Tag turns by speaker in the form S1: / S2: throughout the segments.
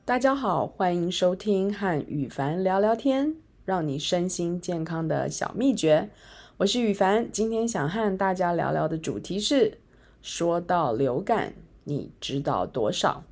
S1: 大家好，欢迎收听和宇凡聊聊天，让你身心健康的小秘诀。我是宇凡，今天想和大家聊聊的主题是：说到流感，你知道多少？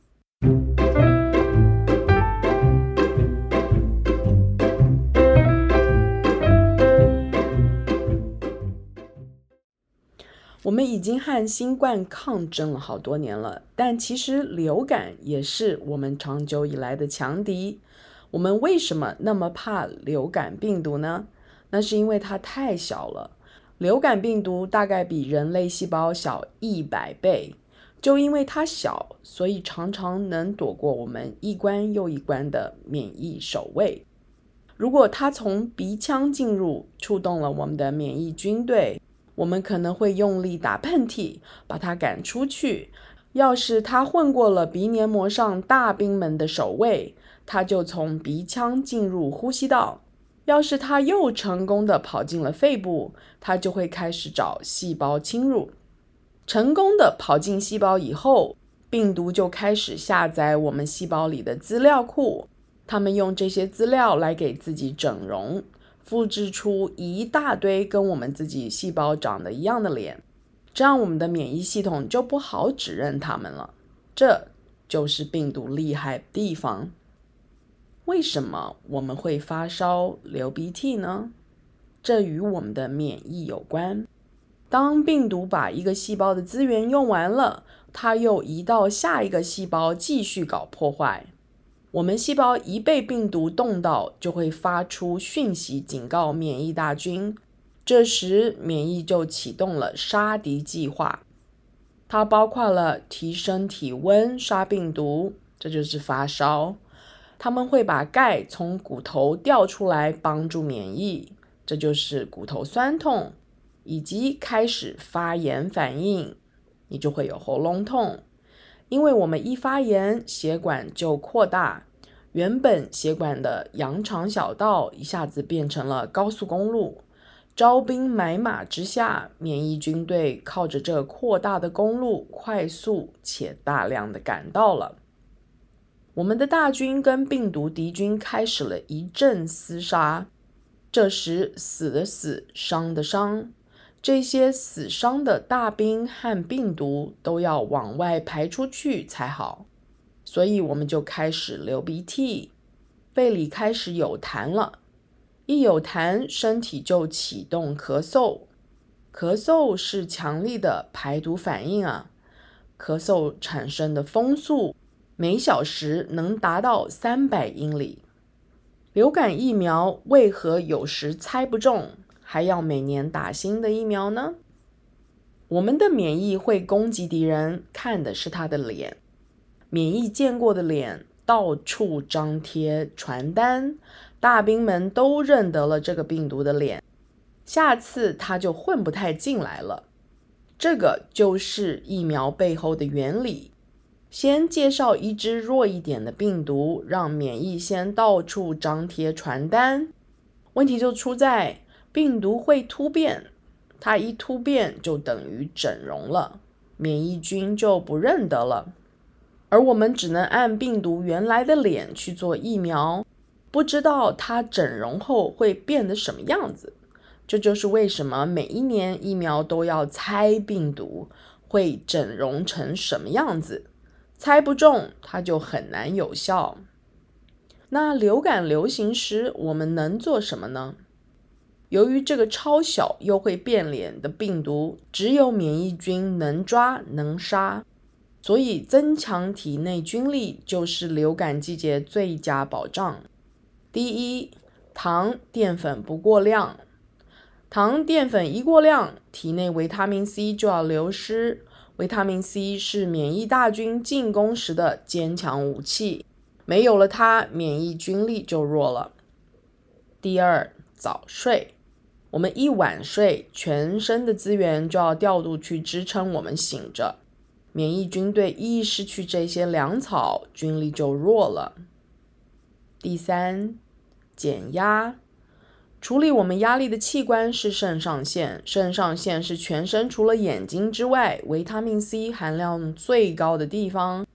S1: 我们已经和新冠抗争了好多年了，但其实流感也是我们长久以来的强敌。我们为什么那么怕流感病毒呢？那是因为它太小了。流感病毒大概比人类细胞小100倍，就因为它小，所以常常能躲过我们一关又一关的免疫守卫。如果它从鼻腔进入，触动了我们的免疫军队，我们可能会用力打喷嚏，把它赶出去。要是它混过了鼻黏膜上大兵们的守卫，它就从鼻腔进入呼吸道。要是它又成功的跑进了肺部，它就会开始找细胞侵入。成功的跑进细胞以后，病毒就开始下载我们细胞里的资料库，他们用这些资料来给自己整容，复制出一大堆跟我们自己细胞长得一样的脸，这样我们的免疫系统就不好指认它们了。这就是病毒厉害的地方。为什么我们会发烧、流鼻涕呢？这与我们的免疫有关。当病毒把一个细胞的资源用完了，它又移到下一个细胞继续搞破坏。我们细胞一被病毒动到，就会发出讯息警告免疫大军，这时免疫就启动了杀敌计划。它包括了提升体温杀病毒，这就是发烧。他们会把钙从骨头调出来帮助免疫，这就是骨头酸痛，以及开始发炎反应，你就会有喉咙痛。因为我们一发炎，血管就扩大，原本血管的羊肠小道一下子变成了高速公路，招兵买马之下，免疫军队靠着这扩大的公路，快速且大量的赶到了。我们的大军跟病毒敌军开始了一阵厮杀，这时死的死，伤的伤，这些死伤的大兵和病毒都要往外排出去才好，所以我们就开始流鼻涕，肺里开始有痰了。一有痰，身体就启动咳嗽，咳嗽是强力的排毒反应啊。咳嗽产生的风速每小时能达到300英里。流感疫苗为何有时猜不中，还要每年打新的疫苗呢？我们的免疫会攻击敌人，看的是他的脸。免疫见过的脸到处张贴传单，大兵们都认得了这个病毒的脸，下次他就混不太进来了。这个就是疫苗背后的原理。先介绍一只弱一点的病毒，让免疫先到处张贴传单。问题就出在病毒会突变，它一突变就等于整容了，免疫军就不认得了。而我们只能按病毒原来的脸去做疫苗，不知道它整容后会变得什么样子。这就是为什么每一年疫苗都要猜病毒会整容成什么样子，猜不中它就很难有效。那流感流行时我们能做什么呢？由于这个超小又会变脸的病毒只有免疫军能抓能杀，所以增强体内军力就是流感季节最佳保障。第一，糖淀粉不过量。糖淀粉一过量，体内维他命 C 就要流失。维他命 C 是免疫大军进攻时的坚强武器，没有了它，免疫军力就弱了。第二，早睡。我们一晚睡，全身的资源就要调度去支撑我们醒着，免疫军队一失去这些粮草，军力就弱了。第三，减压。处理我们压力的器官是肾上腺，肾上腺是全身除了眼睛之外维他命 C 含量最高的地方，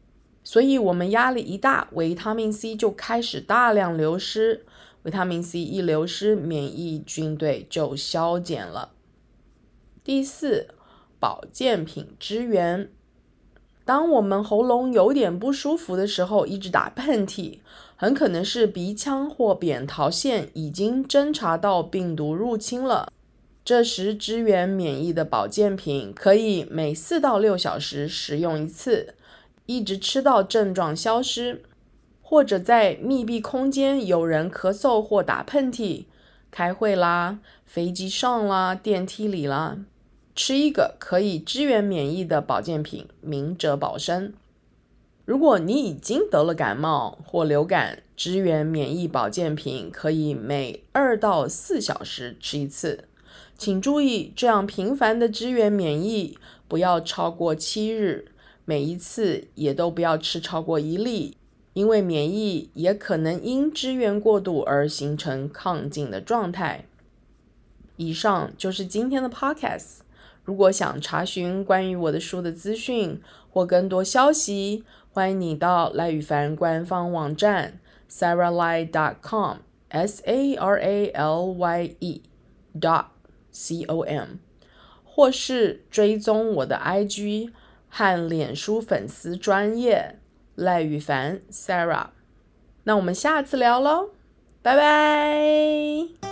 S1: 所以我们压力一大，维他命 C 就开始大量流失。维他命 C 一流失，免疫军队就消减了。第四，保健品支援。当我们喉咙有点不舒服的时候，一直打喷嚏，很可能是鼻腔或扁桃腺已经侦察到病毒入侵了。这时支援免疫的保健品可以每4到6小时食用一次，一直吃到症状消失。或者在密闭空间有人咳嗽或打喷嚏，开会啦、飞机上啦、电梯里啦，吃一个可以支援免疫的保健品，明哲保身。如果你已经得了感冒或流感，支援免疫保健品可以每2到4小时吃一次。请注意，这样频繁的支援免疫不要超过7日，每一次也都不要吃超过1粒，因为免疫也可能因支援过度而形成亢进的状态。以上就是今天的 podcast。如果想查询关于我的书的资讯或更多消息，欢迎你到赖宇凡官方网站 saralye.com saralye.com 或是追踪我的 IG 和脸书粉丝专页赖宇凡 Sarah。那我们下次聊咯，拜拜。